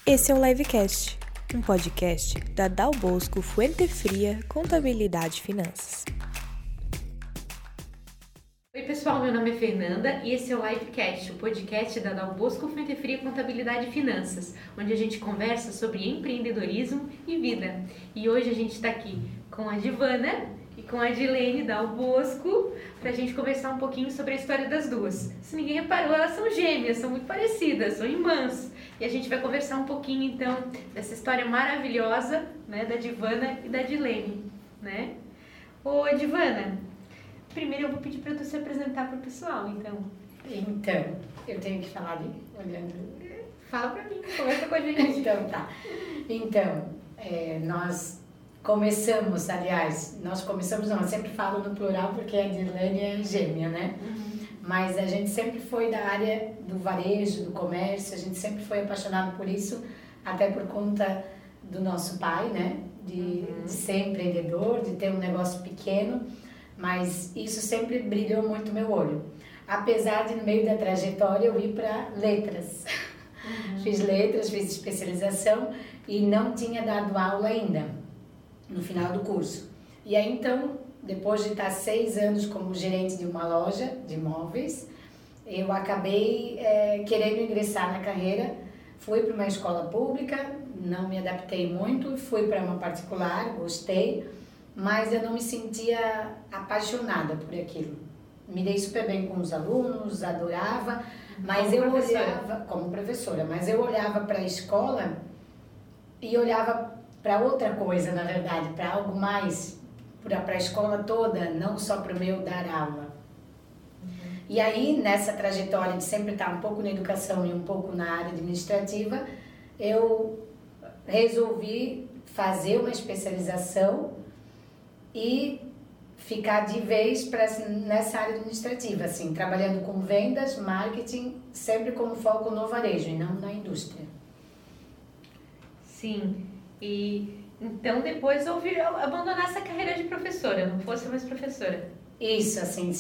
Esse é o Livecast, um podcast da Dal Bosco Fuente Fria Contabilidade e Finanças. Oi pessoal, meu nome é Fernanda e esse é o Livecast, o podcast da Dal Bosco Fuente Fria Contabilidade e Finanças, onde a gente conversa sobre empreendedorismo e vida. E hoje a gente está aqui com a Divana e com a Dilene Dal Bosco para a gente conversar um pouquinho sobre a história das duas. Se ninguém reparou, elas são gêmeas, são muito parecidas, são irmãs. E a gente vai conversar um pouquinho então dessa história maravilhosa, né, da Divana e da Dilene, né? Ô Divana, primeiro eu vou pedir para tu se apresentar para o pessoal, então. Então, eu tenho que falar ali, olhando. Fala para mim, conversa com a gente. Então, tá. Então, nós começamos, não, eu sempre falo no plural porque a Dilene é gêmea, né? Mas a gente sempre foi da área do varejo, do comércio, a gente sempre foi apaixonado por isso, até por conta do nosso pai, né? De ser empreendedor, de ter um negócio pequeno, mas isso sempre brilhou muito meu olho. Apesar de no meio da trajetória eu ir para letras. Fiz letras, fiz especialização e não tinha dado aula ainda, no final do curso. E aí então, depois de estar 6 anos como gerente de uma loja de móveis, eu acabei querendo ingressar na carreira. Fui para uma escola pública, não me adaptei muito, fui para uma particular, gostei, mas eu não me sentia apaixonada por aquilo. Me dei super bem com os alunos, adorava, mas eu olhava como professora, mas eu olhava para a escola e olhava para outra coisa, na verdade, para algo mais, para a escola toda, não só para o meu dar aula. E aí, nessa trajetória de sempre estar um pouco na educação e um pouco na área administrativa, eu resolvi fazer uma especialização e ficar de vez nessa área administrativa, assim, trabalhando com vendas, marketing, sempre com foco no varejo e não na indústria. Sim, e então depois houve abandonar essa carreira de professora, não fosse mais professora. Isso, assim,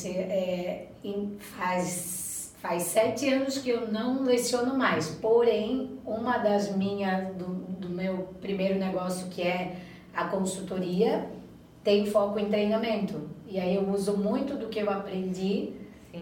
faz 7 anos que eu não leciono mais, porém, uma das do meu primeiro negócio, que é a consultoria, tem foco em treinamento. E aí eu uso muito do que eu aprendi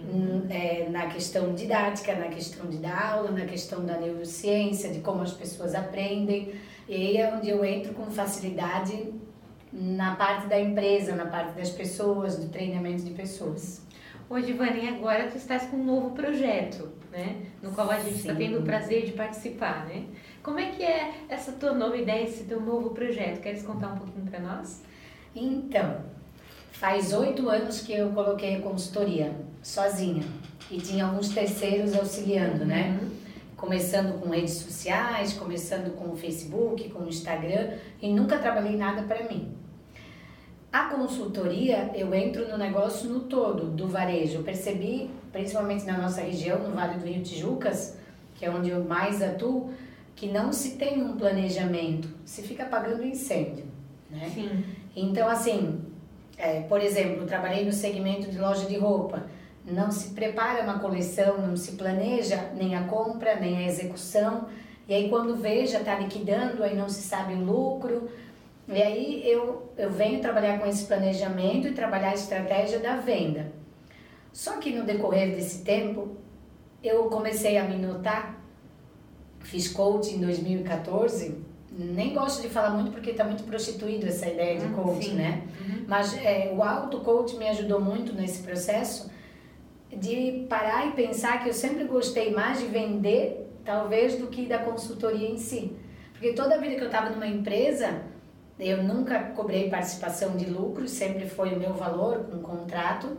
na questão didática, na questão de dar aula, na questão da neurociência, de como as pessoas aprendem. E aí é onde eu entro com facilidade na parte da empresa, na parte das pessoas, do treinamento de pessoas. Ô Divane, agora tu estás com um novo projeto, né? No qual a gente está tendo o prazer de participar, né? Como é que é essa tua nova ideia, esse teu novo projeto? Queres contar um pouquinho para nós? Então, faz 8 anos que eu coloquei a consultoria sozinha e tinha alguns terceiros auxiliando, né? Começando com redes sociais, começando com o Facebook, com o Instagram, e nunca trabalhei nada para mim. A consultoria, eu entro no negócio no todo, do varejo. Eu percebi, principalmente na nossa região, no Vale do Rio Tijucas, que é onde eu mais atuo, que não se tem um planejamento, se fica apagando incêndio, né? Sim. Então, assim, por exemplo, eu trabalhei no segmento de loja de roupa. Não se prepara uma coleção, não se planeja nem a compra, nem a execução. E aí, quando vê, já está liquidando, aí não se sabe o lucro. E aí, eu venho trabalhar com esse planejamento e trabalhar a estratégia da venda. Só que no decorrer desse tempo, eu comecei a me notar, fiz coaching em 2014, nem gosto de falar muito porque está muito prostituído essa ideia de coaching, né? Mas o auto-coaching me ajudou muito nesse processo de parar e pensar que eu sempre gostei mais de vender, talvez, do que da consultoria em si. Porque toda a vida que eu estava numa empresa, eu nunca cobrei participação de lucro, sempre foi o meu valor, com contrato.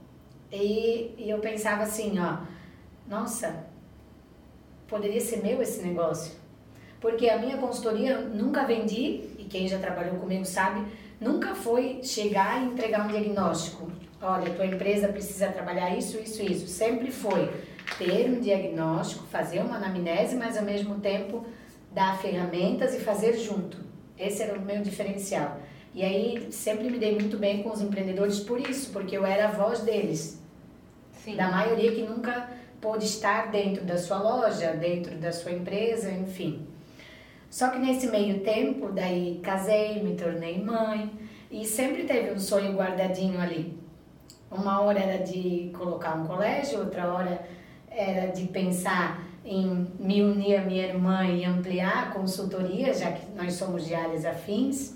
E eu pensava assim, nossa, poderia ser meu esse negócio. Porque a minha consultoria nunca vendi, e quem já trabalhou comigo sabe, nunca foi chegar e entregar um diagnóstico. Olha, tua empresa precisa trabalhar isso, isso, isso. Sempre foi ter um diagnóstico, fazer uma anamnese, mas ao mesmo tempo dar ferramentas e fazer junto. Esse era o meu diferencial. E aí sempre me dei muito bem com os empreendedores por isso, porque eu era a voz deles. Sim. Da maioria que nunca pôde estar dentro da sua loja, dentro da sua empresa, enfim. Só que nesse meio tempo, daí casei, me tornei mãe e sempre teve um sonho guardadinho ali. Uma hora era de colocar um colégio, outra hora era de pensar em me unir à minha irmã e ampliar a consultoria, já que nós somos de áreas afins.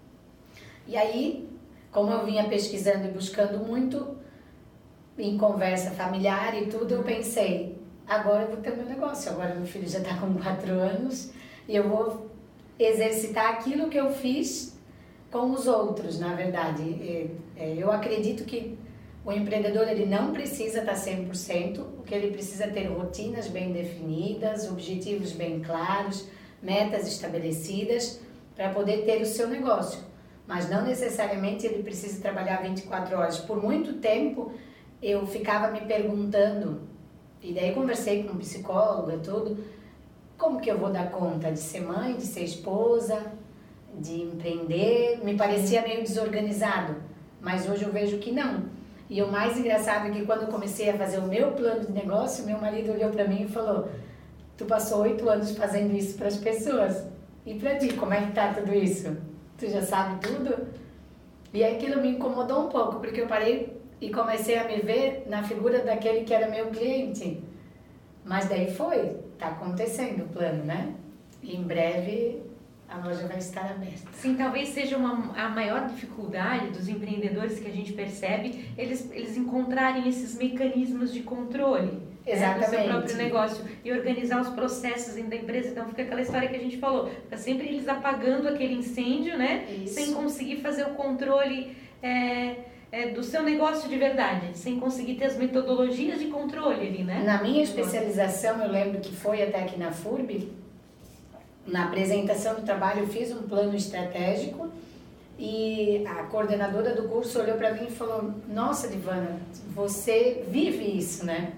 E aí, como eu vinha pesquisando e buscando muito, em conversa familiar e tudo, eu pensei, agora eu vou ter meu negócio, agora meu filho já está com 4 anos e eu vou exercitar aquilo que eu fiz com os outros, na verdade. Eu acredito que o empreendedor ele não precisa estar 100%, o que ele precisa é ter rotinas bem definidas, objetivos bem claros, metas estabelecidas para poder ter o seu negócio. Mas não necessariamente ele precisa trabalhar 24 horas. Por muito tempo eu ficava me perguntando, e daí conversei com um psicólogo e tudo, como que eu vou dar conta de ser mãe, de ser esposa, de empreender? Me parecia meio desorganizado, mas hoje eu vejo que não. E o mais engraçado é que quando eu comecei a fazer o meu plano de negócio, meu marido olhou para mim e falou, tu passou 8 anos fazendo isso para as pessoas, e para ti, como é que tá tudo isso? Tu já sabe tudo? E aquilo me incomodou um pouco, porque eu parei e comecei a me ver na figura daquele que era meu cliente. Mas daí tá acontecendo o plano, né? E em breve a loja vai estar aberta. Sim, talvez seja a maior dificuldade dos empreendedores que a gente percebe, eles encontrarem esses mecanismos de controle. Exatamente. Do seu próprio negócio e organizar os processos dentro da empresa. Então fica aquela história que a gente falou, fica sempre eles apagando aquele incêndio, né? Isso. Sem conseguir fazer o controle do seu negócio de verdade, sem conseguir ter as metodologias de controle ali, né? Na minha especialização, eu lembro que foi até aqui na FURB, na apresentação do trabalho eu fiz um plano estratégico e a coordenadora do curso olhou para mim e falou, nossa, Divana, você vive isso, né?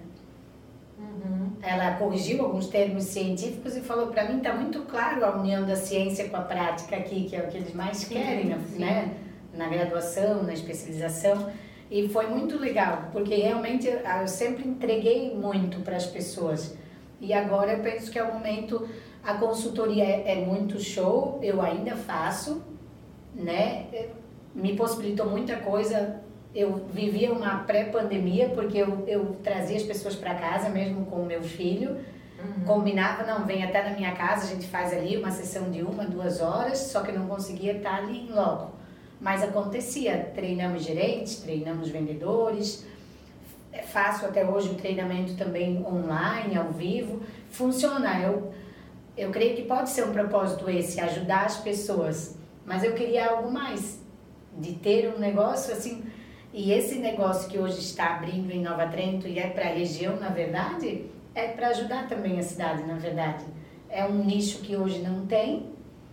Ela corrigiu alguns termos científicos e falou para mim, está muito claro a união da ciência com a prática aqui, que é o que eles mais querem, né? Na graduação, na especialização. E foi muito legal, porque realmente eu sempre entreguei muito para as pessoas. E agora eu penso que é o momento, a consultoria é muito show, eu ainda faço, né? Me possibilitou muita coisa. Eu vivia uma pré-pandemia, porque eu trazia as pessoas para casa, mesmo com o meu filho. Combinava, não, vem até na minha casa, a gente faz ali uma sessão de 1, 2 horas, só que eu não conseguia estar ali em loco. Mas acontecia, treinamos gerentes, treinamos vendedores, faço até hoje o treinamento também online, ao vivo. Funciona, eu creio que pode ser um propósito esse, ajudar as pessoas. Mas eu queria algo mais, de ter um negócio assim. E esse negócio que hoje está abrindo em Nova Trento e é para a região, na verdade, é para ajudar também a cidade, na verdade. É um nicho que hoje não tem.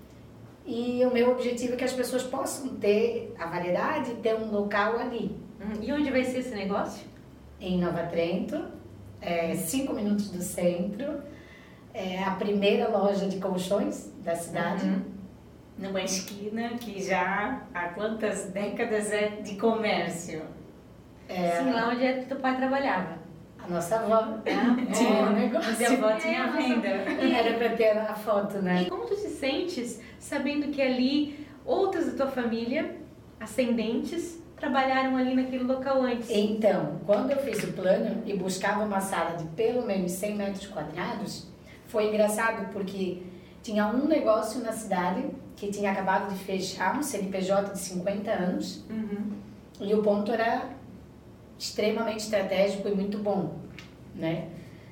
E o meu objetivo é que as pessoas possam ter a variedade e ter um local ali. E onde vai ser esse negócio? Em Nova Trento, 5 minutos do centro. É a primeira loja de colchões da cidade. Numa esquina que já há quantas décadas é de comércio. Sim, lá onde teu pai trabalhava. A nossa avó tinha um negócio. Mas a avó tinha venda. Era para ter a foto, né? E como tu te sentes sabendo que ali outras da tua família, ascendentes, trabalharam ali naquele local antes? Então, quando eu fiz o plano e buscava uma sala de pelo menos 100 metros quadrados, foi engraçado porque tinha um negócio na cidade que tinha acabado de fechar, um CNPJ de 50 anos, e o ponto era extremamente estratégico e muito bom, né?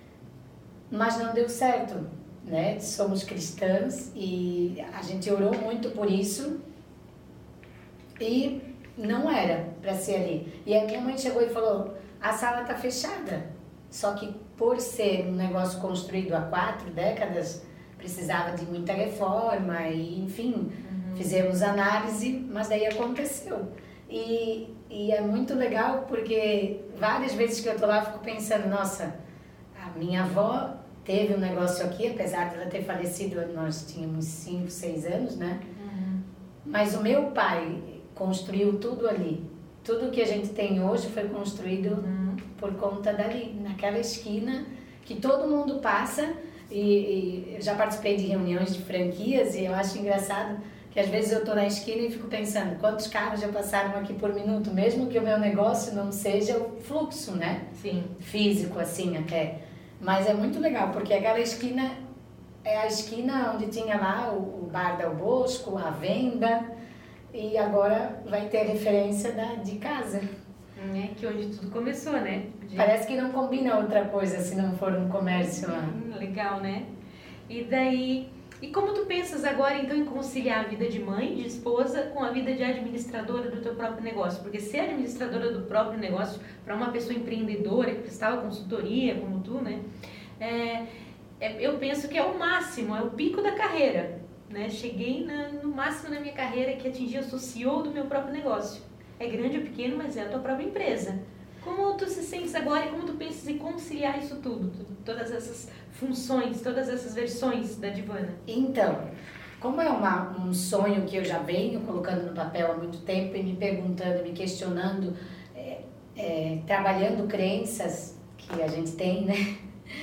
Mas não deu certo, né? Somos cristãos e a gente orou muito por isso e não era para ser ali. E a minha mãe chegou e falou, a sala está fechada, só que por ser um negócio construído há 4 décadas, precisava de muita reforma e, enfim, fizemos análise, mas daí aconteceu. E é muito legal porque várias vezes que eu tô lá, eu fico pensando, nossa, a minha avó teve um negócio aqui, apesar de ela ter falecido, nós tínhamos 5, 6 anos, né? Mas o meu pai construiu tudo ali. Tudo que a gente tem hoje foi construído por conta dali, naquela esquina que todo mundo passa. E eu já participei de reuniões de franquias e eu acho engraçado que às vezes eu estou na esquina e fico pensando quantos carros já passaram aqui por minuto, mesmo que o meu negócio não seja o fluxo, né? Sim. Físico, assim, até. Mas é muito legal, porque aquela esquina é a esquina onde tinha lá o Bar Dal Bosco, a venda, e agora vai ter referência de casa. É que onde tudo começou, né? Parece que não combina outra coisa se não for um comércio lá. Legal, né? E daí... E como tu pensas agora, então, em conciliar a vida de mãe, de esposa, com a vida de administradora do teu próprio negócio? Porque ser administradora do próprio negócio, para uma pessoa empreendedora que prestava consultoria, como tu, né? Eu penso que é o máximo, é o pico da carreira, né? Cheguei no máximo da minha carreira, que atingi, eu sou CEO do meu próprio negócio. É grande ou pequeno, mas é a tua própria empresa. Como tu se sentes agora e como tu pensas em conciliar isso tudo? Todas essas funções, todas essas versões da Divana? Então, como é um sonho que eu já venho colocando no papel há muito tempo e me perguntando, me questionando, trabalhando crenças que a gente tem, né?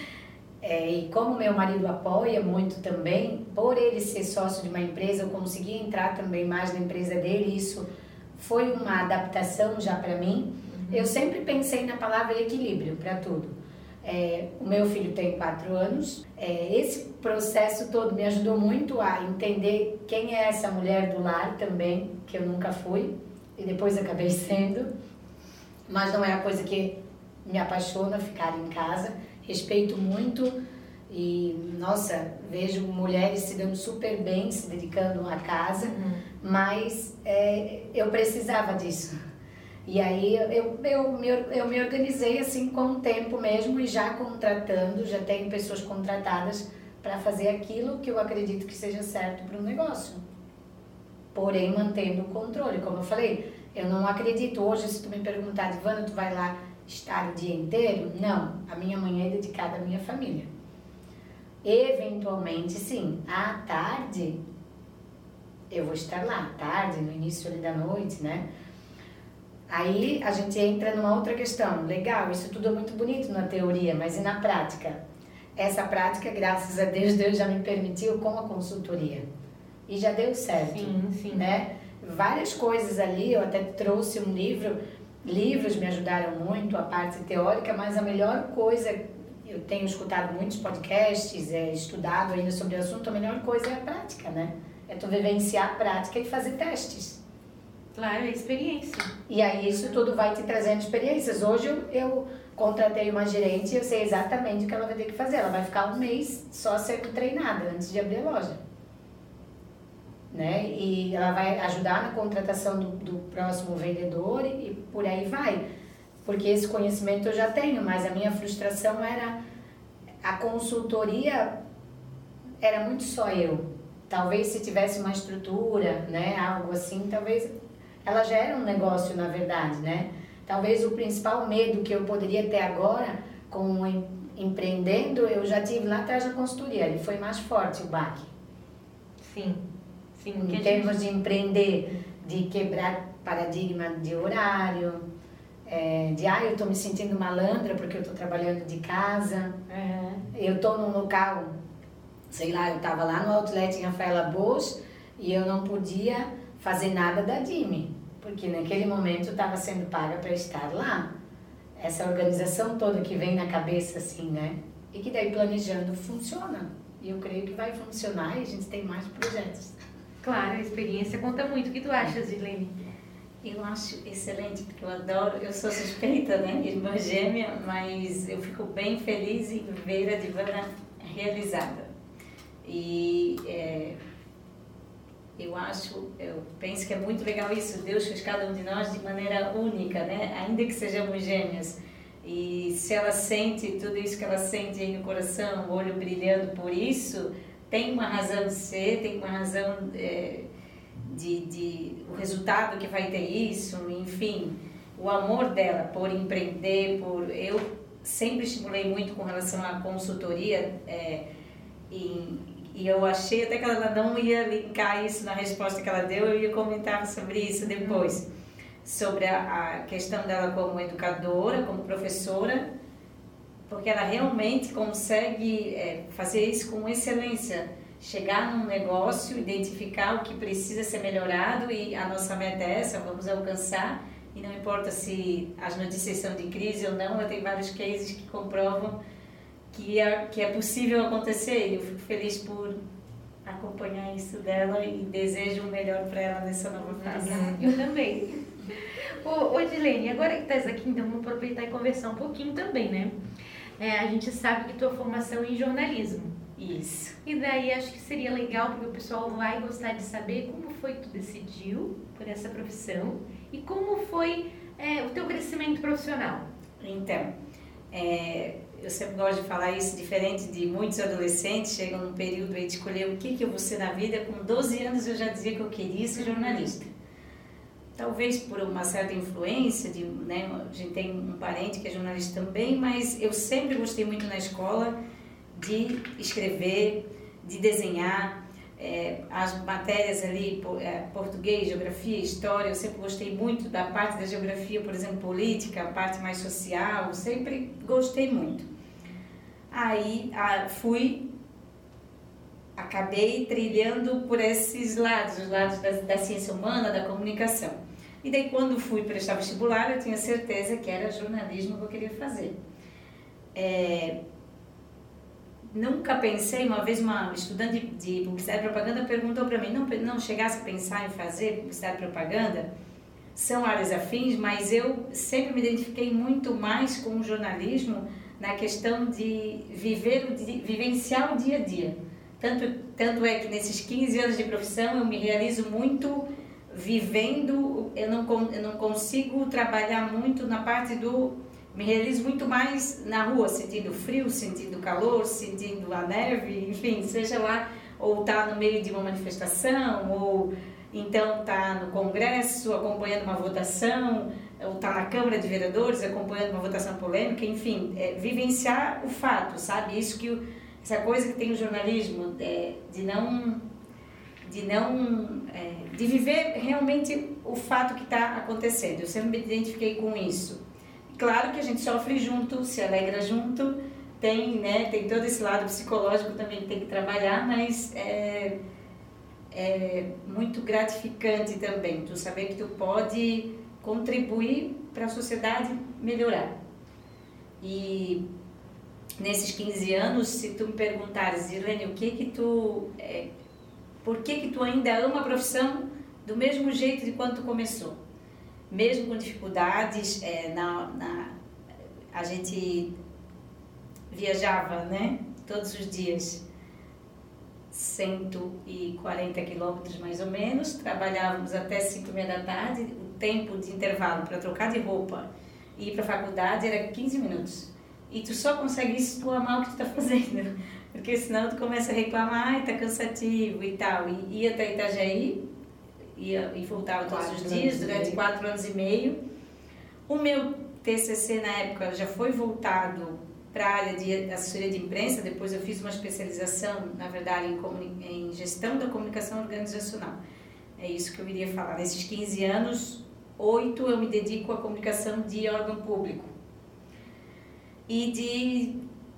E como meu marido apoia muito também, por ele ser sócio de uma empresa, eu consegui entrar também mais na empresa dele, isso foi uma adaptação já para mim. Eu sempre pensei na palavra equilíbrio para tudo. O meu filho tem 4 anos. Esse processo todo me ajudou muito a entender quem é essa mulher do lar também, que eu nunca fui e depois acabei sendo. Mas não é a coisa que me apaixona ficar em casa. Respeito muito e, nossa, vejo mulheres se dando super bem, se dedicando à casa, mas eu precisava disso. E aí eu me organizei assim com o tempo mesmo e já contratando, já tenho pessoas contratadas para fazer aquilo que eu acredito que seja certo para o negócio. Porém, mantendo o controle. Como eu falei, eu não acredito. Hoje, se tu me perguntar, Divana, tu vai lá estar o dia inteiro? Não, a minha manhã é dedicada à minha família. Eventualmente, sim, à tarde eu vou estar lá, à tarde, no início ali da noite, né? Aí a gente entra numa outra questão. Legal, isso tudo é muito bonito na teoria, mas e na prática? Essa prática, graças a Deus já me permitiu com a consultoria. E já deu certo, sim. Né? Várias coisas ali, eu até trouxe um livro, livros me ajudaram muito, a parte teórica, mas a melhor coisa, eu tenho escutado muitos podcasts, estudado ainda sobre o assunto, a melhor coisa é a prática, né? É tu vivenciar a prática e fazer testes. Claro, é experiência. E aí isso tudo vai te trazendo experiências. Hoje eu contratei uma gerente e eu sei exatamente o que ela vai ter que fazer. Ela vai ficar 1 mês só sendo treinada antes de abrir a loja. Né? E ela vai ajudar na contratação do próximo vendedor e por aí vai. Porque esse conhecimento eu já tenho, mas a minha frustração era... A consultoria era muito só eu. Talvez se tivesse uma estrutura, né, algo assim, talvez... Ela já era um negócio, na verdade, né? Talvez o principal medo que eu poderia ter agora, com empreendendo, eu já tive lá atrás na consultoria. Ele foi mais forte, o baque. Sim. Em termos de empreender, de quebrar paradigma de horário, eu estou me sentindo malandra porque eu estou trabalhando de casa. Eu estou num local, sei lá, eu estava lá no Outlet em Rafaela Bosch e eu não podia fazer nada da Dime, porque naquele momento eu estava sendo paga para estar lá. Essa organização toda que vem na cabeça assim, né? E que daí planejando funciona. E eu creio que vai funcionar e a gente tem mais projetos. Claro, a experiência conta muito. O que tu achas, Irlene? Eu acho excelente, porque eu adoro, eu sou suspeita, né? Irmã gêmea, mas eu fico bem feliz em ver a Divana realizada. E eu penso que é muito legal isso, Deus fez cada um de nós de maneira única, né? Ainda que sejamos gêmeas. E se ela sente tudo isso que ela sente aí no coração, o olho brilhando por isso, tem uma razão de ser, tem uma razão o resultado que vai ter isso, enfim, o amor dela por empreender, eu sempre estimulei muito com relação à consultoria, e eu achei até que ela não ia linkar isso na resposta que ela deu, eu ia comentar sobre isso depois, sobre a questão dela como educadora, como professora, porque ela realmente consegue fazer isso com excelência, chegar num negócio, identificar o que precisa ser melhorado e a nossa meta é essa, vamos alcançar, e não importa se as notícias são de crise ou não, ela tem vários cases que comprovam que é possível acontecer, e eu fico feliz por acompanhar isso dela e desejo o melhor para ela nessa nova fase. Eu também. Ô Edilene, agora que estás aqui, então vamos aproveitar e conversar um pouquinho também, né? A gente sabe que tua formação é em jornalismo. Isso. E daí acho que seria legal, porque o pessoal vai gostar de saber como foi que tu decidiu por essa profissão e como foi o teu crescimento profissional. Então, eu sempre gosto de falar isso, diferente de muitos adolescentes, chegam num período aí de escolher o que eu vou ser na vida. Com 12 anos eu já dizia que eu queria ser jornalista. Talvez por uma certa influência, né, a gente tem um parente que é jornalista também, mas eu sempre gostei muito na escola de escrever, de desenhar, as matérias ali, português, geografia, história, eu sempre gostei muito da parte da geografia, por exemplo, política, a parte mais social, sempre gostei muito. Aí acabei trilhando por esses lados, os lados da ciência humana, da comunicação. E daí quando fui prestar vestibular, eu tinha certeza que era jornalismo que eu queria fazer. Nunca pensei, uma vez uma estudante de publicidade e propaganda perguntou para mim, não chegasse a pensar em fazer publicidade e propaganda? São áreas afins, mas eu sempre me identifiquei muito mais com o jornalismo na questão de vivenciar o dia a dia. Tanto é que nesses 15 anos de profissão eu me realizo muito vivendo, eu não consigo trabalhar muito na parte me realizo muito mais na rua, sentindo frio, sentindo calor, sentindo a neve, enfim, seja lá, ou tá no meio de uma manifestação, ou então tá no Congresso acompanhando uma votação, ou tá na Câmara de Vereadores acompanhando uma votação polêmica, enfim, vivenciar o fato, sabe? Essa coisa que tem o jornalismo, de viver realmente o fato que está acontecendo. Eu sempre me identifiquei com isso. Claro que a gente sofre junto, se alegra junto, tem todo esse lado psicológico também que tem que trabalhar, mas é muito gratificante também tu saber que tu pode contribuir para a sociedade melhorar. E nesses 15 anos, se tu me perguntares, Irlene, por que tu ainda ama a profissão do mesmo jeito de quando tu começou? Mesmo com dificuldades, a gente viajava, né? Todos os dias, 140 quilômetros mais ou menos, trabalhávamos até 5h30 da tarde, o tempo de intervalo para trocar de roupa e ir para a faculdade era 15 minutos. E tu só consegue isso se tu amar o que tu está fazendo, porque senão tu começa a reclamar, tá cansativo e tal. E ia até Itajaí, e voltava todos os dias, durante 4 anos e meio. O meu TCC na época já foi voltado para a área de assessoria de imprensa, depois eu fiz uma especialização, na verdade, em gestão da comunicação organizacional. É isso que eu iria falar. Nesses 15 anos, 8 eu me dedico à comunicação de órgão público. E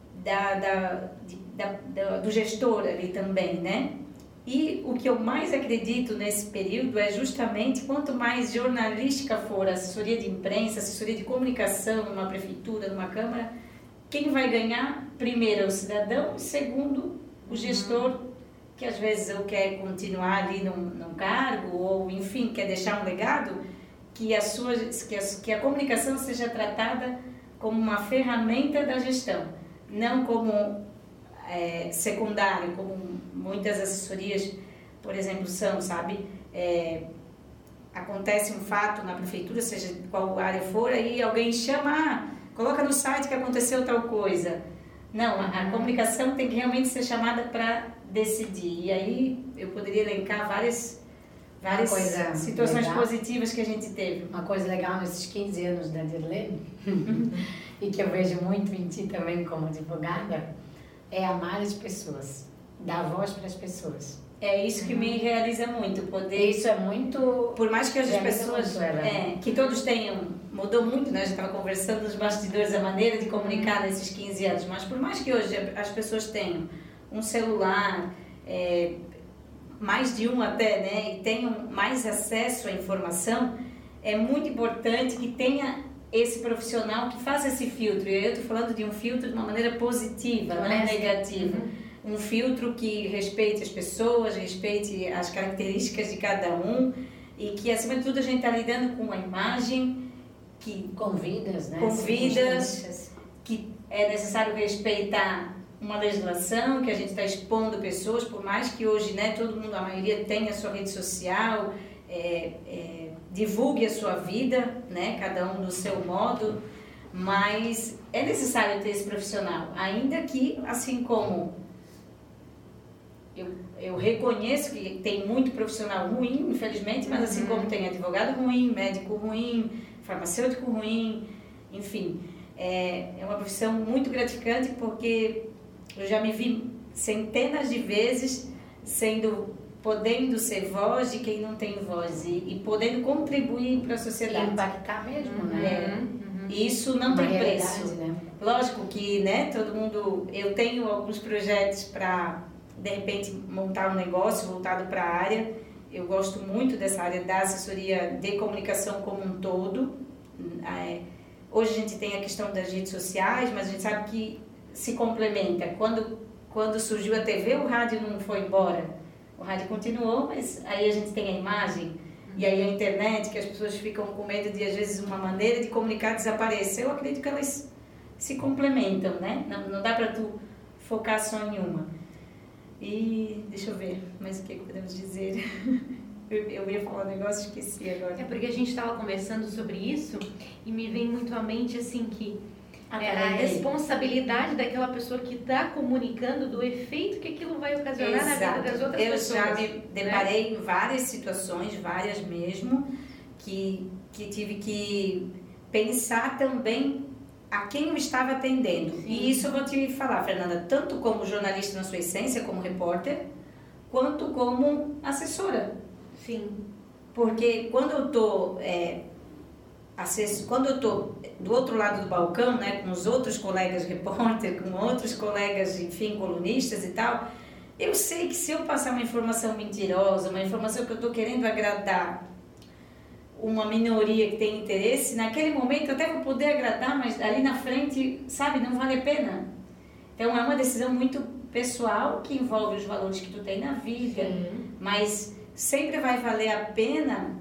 do gestor ali também, né? E o que eu mais acredito nesse período é justamente quanto mais jornalística for a assessoria de imprensa, assessoria de comunicação numa prefeitura, numa câmara, quem vai ganhar primeiro é o cidadão e segundo o gestor, que às vezes ou quer continuar ali num cargo ou enfim, quer deixar um legado, que a comunicação seja tratada como uma ferramenta da gestão, não como secundário, como muitas assessorias, por exemplo, são, sabe? Acontece um fato na prefeitura, seja de qual área for, aí alguém chama, coloca no site que aconteceu tal coisa. Não, a comunicação tem que realmente ser chamada para decidir. E aí eu poderia elencar várias situações positivas que a gente teve. Uma coisa legal nesses 15 anos da Dirlene, e que eu vejo muito em ti também como advogada, é amar as pessoas, dar voz para as pessoas. É isso que me realiza muito, poder... Isso é muito... Por mais que as pessoas... que todos tenham mudou muito, né? A gente estava conversando nos bastidores a maneira de comunicar nesses 15 anos, mas por mais que hoje as pessoas tenham um celular, mais de um até, né? E tenham mais acesso à informação, é muito importante que tenha esse profissional que faça esse filtro. E eu estou falando de um filtro de uma maneira positiva, não é negativa. Um filtro que respeite as pessoas, respeite as características de cada um e que, acima de tudo, a gente está lidando com uma imagem que... Com vidas, né? Com vidas, que é necessário respeitar uma legislação, que a gente está expondo pessoas, por mais que hoje, né, todo mundo, a maioria tenha a sua rede social, divulgue a sua vida, né, cada um do seu modo, mas é necessário ter esse profissional, ainda que, assim como eu reconheço que tem muito profissional ruim, infelizmente, mas assim como tem advogado ruim, médico ruim, farmacêutico ruim, enfim, é uma profissão muito gratificante porque eu já me vi centenas de vezes podendo ser voz de quem não tem voz e podendo contribuir para a sociedade. E impactar mesmo, né? Isso não tem preço. Né? Lógico que, né, todo mundo... Eu tenho alguns projetos para, de repente, montar um negócio voltado para a área. Eu gosto muito dessa área da assessoria de comunicação como um todo. Hoje a gente tem a questão das redes sociais, mas a gente sabe que se complementa. Quando surgiu a TV, o rádio não foi embora. O rádio continuou, mas aí a gente tem a imagem e aí a internet, que as pessoas ficam com medo de, às vezes, uma maneira de comunicar desaparecer. Eu acredito que elas se complementam, né? Não dá para tu focar só em uma. E deixa eu ver, mas o que podemos dizer? Eu ia falar um negócio, esqueci agora. É porque a gente estava conversando sobre isso e me vem muito à mente, assim, que a responsabilidade daquela pessoa que está comunicando do efeito que aquilo vai ocasionar na vida das outras pessoas. Eu já me deparei em várias situações, várias mesmo, que tive que pensar também a quem eu estava atendendo. Sim. E isso eu vou te falar, Fernanda, tanto como jornalista na sua essência, como repórter, quanto como assessora. Sim. Porque quando eu estou do outro lado do balcão, né, com os outros colegas repórter, com outros colegas, enfim, colunistas e tal, eu sei que se eu passar uma informação mentirosa, uma informação que eu estou querendo agradar uma minoria que tem interesse, naquele momento eu até vou poder agradar, mas ali na frente, sabe, não vale a pena. Então é uma decisão muito pessoal que envolve os valores que tu tem na vida, mas sempre vai valer a pena,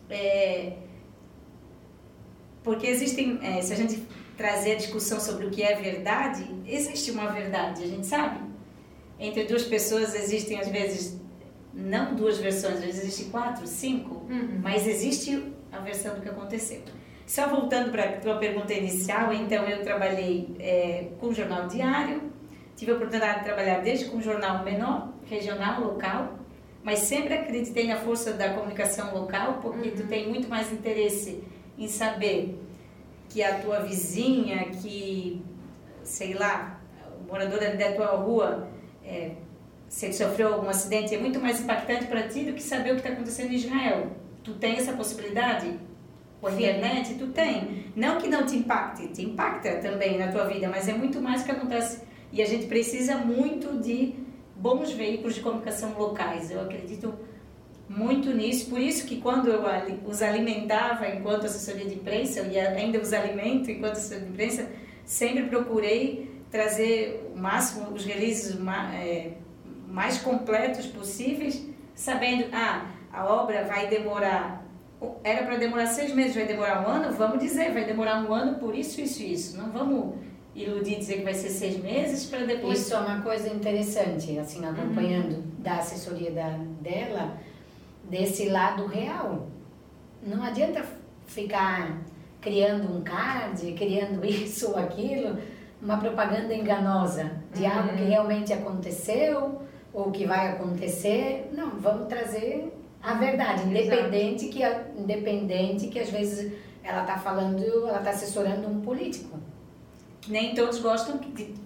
porque existem, se a gente trazer a discussão sobre o que é verdade, existe uma verdade, a gente sabe. Entre duas pessoas existem, às vezes, não duas versões, às vezes existem 4, 5, mas existe a versão do que aconteceu. Só voltando para a tua pergunta inicial, então eu trabalhei com jornal diário, tive a oportunidade de trabalhar desde com jornal menor, regional, local, mas sempre acreditei na força da comunicação local, porque tu tem muito mais interesse em saber que a tua vizinha, que, sei lá, o morador ali da tua rua, se ele sofreu algum acidente, é muito mais impactante para ti do que saber o que está acontecendo em Israel. Tu tem essa possibilidade? Com a internet, tu tem. Não que não te impacte, te impacta também na tua vida, mas é muito mais o que acontece. E a gente precisa muito de bons veículos de comunicação locais. Eu acredito muito nisso. Por isso que quando eu os alimentava enquanto assessoria de imprensa, e ainda os alimento enquanto assessoria de imprensa, sempre procurei trazer o máximo, os releases mais completos possíveis, sabendo, a obra vai demorar, era para demorar 6 meses, vai demorar 1 ano, vamos dizer, vai demorar 1 ano por isso, isso e isso. Não vamos iludir dizer que vai ser 6 meses para depois... Isso é uma coisa interessante, assim, acompanhando da assessoria dela, desse lado real. Não adianta ficar criando um card, criando isso ou aquilo, uma propaganda enganosa de algo que realmente aconteceu ou que vai acontecer. Não, vamos trazer a verdade, independente que às vezes ela está falando, ela está assessorando um político. Nem todos gostam que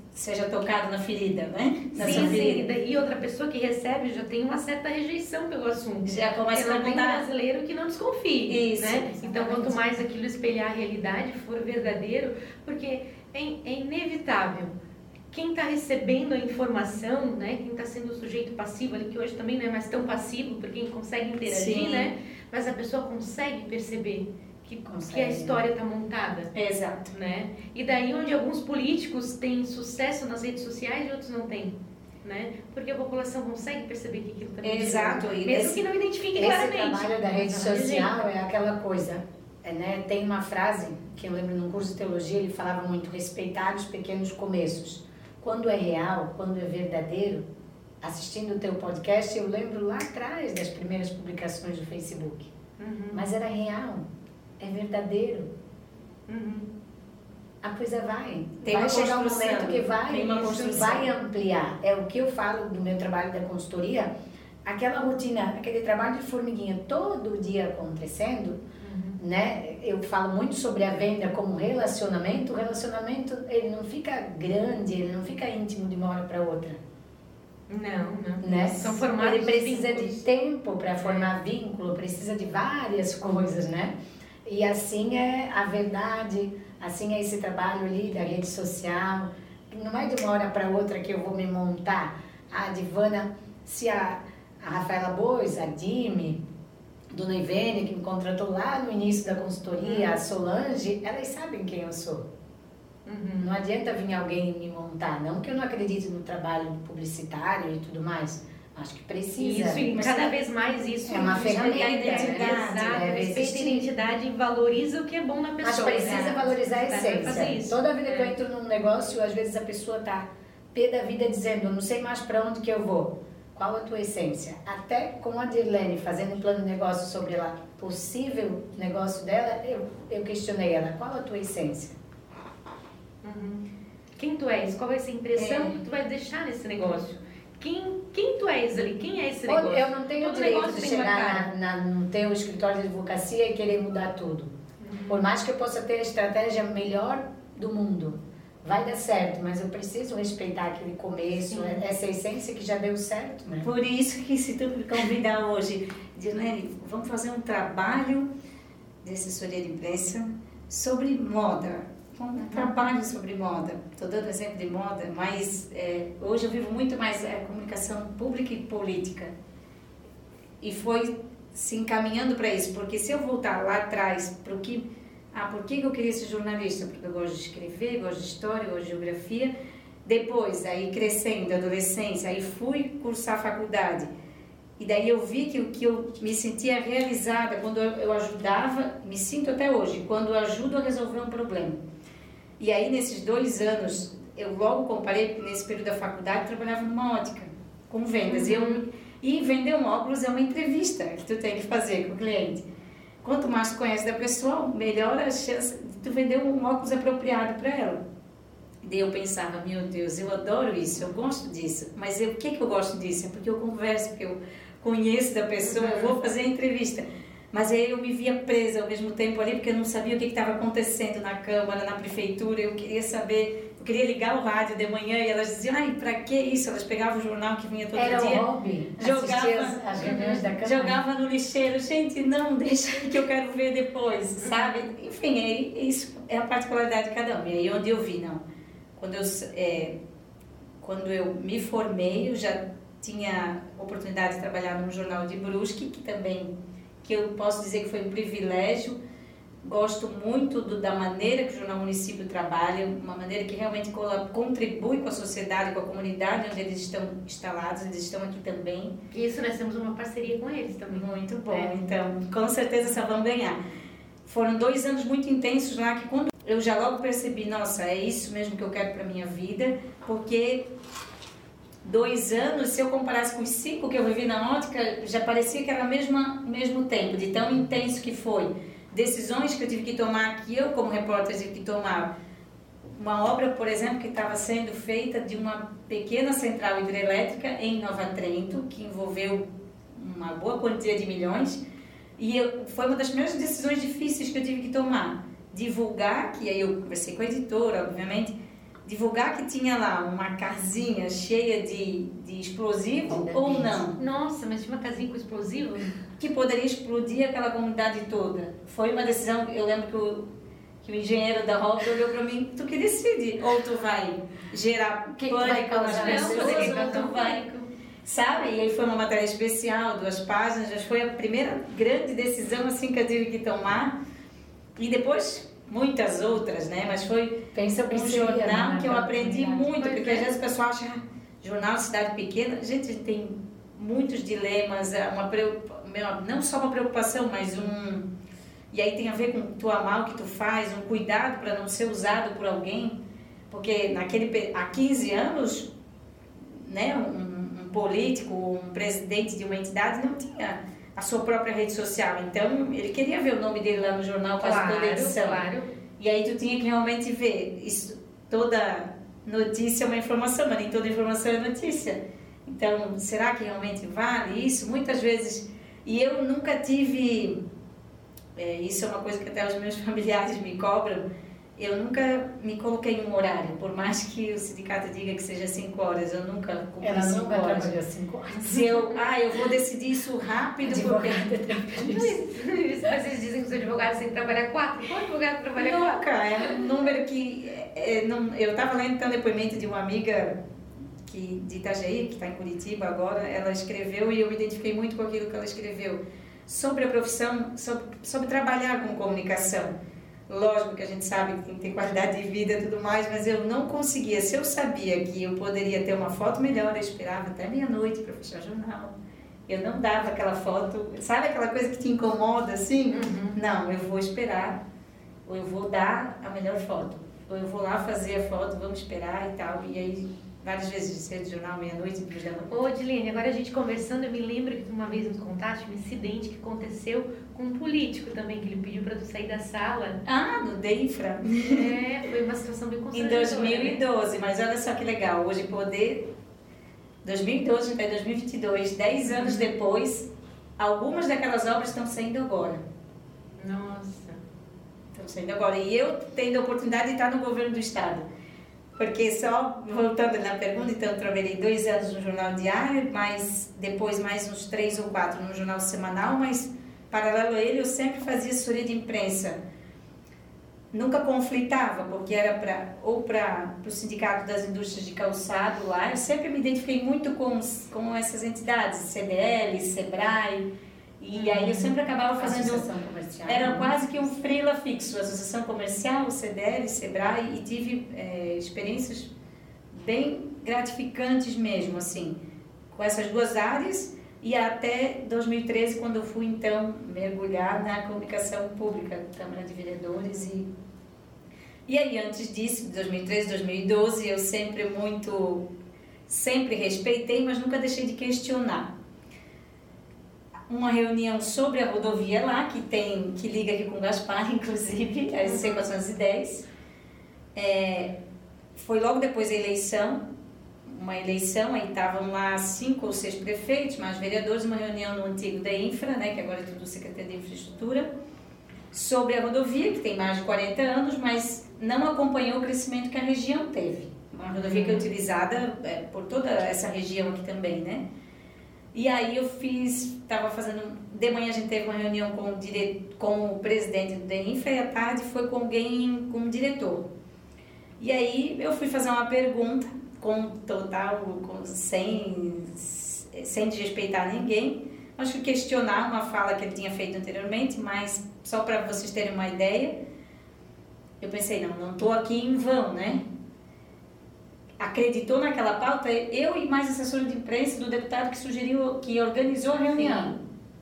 seja tocado na ferida, né? Sim. E outra pessoa que recebe já tem uma certa rejeição pelo assunto. Já começa a tem um brasileiro que não desconfie. Isso, né? Então, quanto mais aquilo espelhar a realidade, for verdadeiro, porque é inevitável. Quem está recebendo a informação, né? Quem está sendo o sujeito passivo ali, que hoje também não é mais tão passivo, porque quem consegue interagir, né? Mas a pessoa consegue perceber que a história está montada. Exato. Né? E daí onde alguns políticos têm sucesso nas redes sociais e outros não têm. Né? Porque a população consegue perceber que aquilo também Exato. É mesmo que não identifique claramente. Esse trabalho da rede social é aquela coisa, né? Tem uma frase que eu lembro num curso de teologia, ele falava muito: respeitar os pequenos começos. Quando é real, quando é verdadeiro, assistindo o teu podcast, eu lembro lá atrás das primeiras publicações do Facebook. Mas era real. É verdadeiro. A coisa vai chegar um momento que vai ampliar. É o que eu falo do meu trabalho da consultoria, aquela rotina, aquele trabalho de formiguinha todo dia acontecendo, né? Eu falo muito sobre a venda como relacionamento. O relacionamento, ele não fica grande, ele não fica íntimo de uma hora para outra. Não. Né? São formados. Ele precisa de tempo para formar vínculo, precisa de várias coisas, né? E assim é a verdade, assim é esse trabalho ali da rede social. Não é de uma hora para outra que eu vou me montar. A Divana, se a Rafaela Bois, a Dime, Dona Ivênia, que me contratou lá no início da consultoria, a Solange, elas sabem quem eu sou. Não adianta vir alguém me montar, não que eu não acredite no trabalho publicitário e tudo mais. Acho que precisa. Isso, e cada vez mais isso. É uma ferramenta, a identidade. Né? Respeita a identidade e valoriza o que é bom na pessoa. Mas precisa valorizar a essência. Toda vida que eu entro num negócio, às vezes a pessoa tá pé da vida dizendo: eu não sei mais para onde que eu vou. Qual a tua essência? Até com a Dirlene fazendo um plano de negócio sobre o possível negócio dela, eu questionei ela: qual a tua essência? Quem tu és? Qual vai ser a impressão que tu vai deixar nesse negócio? Quem tu és ali? Quem é esse negócio? Eu não tenho o direito de chegar no teu escritório de advocacia e querer mudar tudo. Por mais que eu possa ter a estratégia melhor do mundo, vai dar certo, mas eu preciso respeitar aquele começo, essa essência que já deu certo, né? Por isso que, se tu me convidar hoje, Dirlene, vamos fazer um trabalho de assessoria de imprensa sobre moda. Um trabalho sobre moda. Estou dando exemplo de moda, mas hoje eu vivo muito mais a comunicação pública e política. E foi se encaminhando para isso, porque se eu voltar lá atrás para o que... por que eu queria ser jornalista? Porque eu gosto de escrever, gosto de história, gosto de geografia. Depois, aí crescendo, adolescência, aí fui cursar a faculdade. E daí eu vi que eu me sentia realizada quando eu ajudava, me sinto até hoje, quando eu ajudo a resolver um problema. E aí, nesses 2 anos, eu logo comparei, porque nesse período da faculdade eu trabalhava numa ótica, com vendas. E vender um óculos é uma entrevista que tu tem que fazer com o cliente. Quanto mais tu conhece da pessoa, melhor a chance de tu vender um óculos apropriado para ela. Daí eu pensava: meu Deus, eu adoro isso, eu gosto disso. Mas por que eu gosto disso? É porque eu converso, porque eu conheço da pessoa, eu vou fazer a entrevista. Mas aí eu me via presa ao mesmo tempo ali, porque eu não sabia o que estava acontecendo na Câmara, na Prefeitura. Eu queria saber, eu queria ligar o rádio de manhã e elas diziam: ai, pra que isso? Elas pegavam o jornal que vinha todo dia. Era o hobby, as reuniões da Câmara. Jogava no lixeiro. Gente, não, deixa que eu quero ver depois, sabe? Enfim, isso é a particularidade de cada um. E aí onde eu vi, não. Quando eu me formei, eu já tinha oportunidade de trabalhar num jornal de Brusque, que eu posso dizer que foi um privilégio. Gosto muito da maneira que o Jornal Município trabalha, uma maneira que realmente contribui com a sociedade, com a comunidade onde eles estão instalados, eles estão aqui também. Isso, nós temos uma parceria com eles também. Muito bom, então, com certeza só vão ganhar. Foram 2 anos muito intensos lá, que quando eu já logo percebi: nossa, é isso mesmo que eu quero para minha vida, porque 2 anos, se eu comparasse com os 5 que eu vivi na ótica, já parecia que era o mesmo tempo, de tão intenso que foi. Decisões que eu tive que tomar, que eu como repórter tive que tomar. Uma obra, por exemplo, que estava sendo feita de uma pequena central hidrelétrica em Nova Trento, que envolveu uma boa quantia de milhões, e foi uma das primeiras decisões difíceis que eu tive que tomar. Divulgar, que aí eu conversei com a editora, obviamente, divulgar que tinha lá uma casinha cheia de explosivo ou não. Nossa, mas tinha uma casinha com explosivo? Que poderia explodir aquela comunidade toda. Foi uma decisão, eu lembro que o engenheiro da obra olhou para mim, tu que decide, ou tu vai gerar pânico nas pessoas, ou tu vai... Sabe? E aí foi uma matéria especial, 2 páginas, já foi a primeira grande decisão assim que eu tive que tomar. E depois muitas outras, né? Mas foi um jornal que eu aprendi muito, porque às vezes o pessoal acha, jornal de cidade pequena, gente, a gente tem muitos dilemas, não só uma preocupação, mas e aí tem a ver com tu amar o que tu faz, um cuidado para não ser usado por alguém, porque há 15 anos, né, um político, um presidente de uma entidade não tinha a sua própria rede social, então ele queria ver o nome dele lá no jornal, quase toda edição. Claro. E aí tu tinha que realmente ver, isso, toda notícia é uma informação, mas nem toda informação é notícia. Então, será que realmente vale isso? Muitas vezes, e eu nunca tive, isso é uma coisa que até os meus familiares me cobram, eu nunca me coloquei em um horário, por mais que o sindicato diga que seja 5 horas, eu nunca cumpri 5 horas. Ela nunca trabalhou 5 horas. Se eu vou decidir isso rápido, porque... Mas vocês dizem que os advogados têm que trabalhar 4? Qual advogado trabalha 4? Nunca, é um número que... eu estava lendo então, depoimento de uma amiga de Itajaí, que está em Curitiba agora, ela escreveu, e eu me identifiquei muito com aquilo que ela escreveu, sobre a profissão, sobre trabalhar com comunicação. Lógico que a gente sabe que tem que ter qualidade de vida e tudo mais, mas eu não conseguia. Se eu sabia que eu poderia ter uma foto melhor, eu esperava até meia-noite para fechar o jornal. Eu não dava aquela foto, sabe aquela coisa que te incomoda assim? Uhum. Não, eu vou esperar, ou eu vou dar a melhor foto, ou eu vou lá fazer a foto, vamos esperar e tal. E aí, várias vezes de cedo, jornal, meia-noite, depois da noite. Ô, Dilene, agora a gente conversando, eu me lembro que uma vez nos contaste um incidente que aconteceu com um político também, que ele pediu pra tu sair da sala. Ah, no DEINFRA. Foi uma situação bem Em constrangedora. 2012, mas olha só que legal, hoje poder... 2012 até 2022, 10 anos depois, algumas daquelas obras estão saindo agora. Nossa. Estão saindo agora. E eu tendo a oportunidade de estar no governo do estado. Porque só, voltando na pergunta, então eu trabalhei 2 anos no jornal diário, mas depois mais uns 3 ou 4 no jornal semanal, mas paralelo a ele eu sempre fazia assessoria de imprensa. Nunca conflitava, porque era para o Sindicato das Indústrias de Calçado lá, eu sempre me identifiquei muito com essas entidades, CDL, SEBRAE, e aí eu sempre acabava fazendo... Associação comercial. Era quase que um freela fixo, Associação Comercial, CDL, SEBRAE, e tive experiências bem gratificantes mesmo, assim, com essas 2 áreas, e até 2013, quando eu fui, então, mergulhar na comunicação pública, Câmara de Vereadores. E aí, antes disso, 2013, 2012, eu sempre respeitei, mas nunca deixei de questionar. Uma reunião sobre a rodovia lá, que liga aqui com o Gaspar, inclusive, a SC 410. Foi logo depois da eleição, aí estavam lá 5 ou 6 prefeitos, mais vereadores, uma reunião no antigo da Infra, né, que agora é tudo Secretaria de Infraestrutura, sobre a rodovia, que tem mais de 40 anos, mas não acompanhou o crescimento que a região teve. Uma rodovia que é utilizada por toda essa região aqui também, né? E aí de manhã a gente teve uma reunião com o presidente do DEINFRA e à tarde foi com o diretor. E aí eu fui fazer uma pergunta, sem desrespeitar ninguém, acho que questionar uma fala que ele tinha feito anteriormente, mas só para vocês terem uma ideia, eu pensei, não estou aqui em vão, né? Acreditou naquela pauta, eu e mais assessor de imprensa do deputado que organizou a reunião,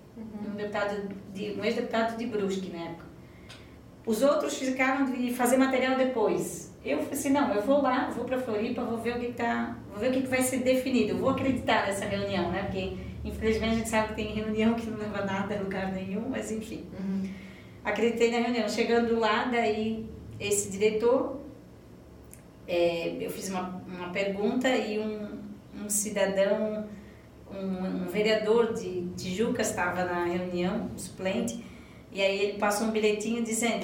um ex-deputado de Brusque na época. Os outros ficaram de fazer material depois. Eu falei assim, não, eu vou lá, vou para Floripa, vou ver o que vai ser definido, eu vou acreditar nessa reunião, né? Porque infelizmente a gente sabe que tem reunião que não leva nada a lugar nenhum, mas enfim. Acreditei na reunião. Chegando lá, daí esse diretor, eu fiz uma pergunta e um cidadão, um vereador de Tijuca estava na reunião, um suplente, e aí ele passou um bilhetinho dizendo,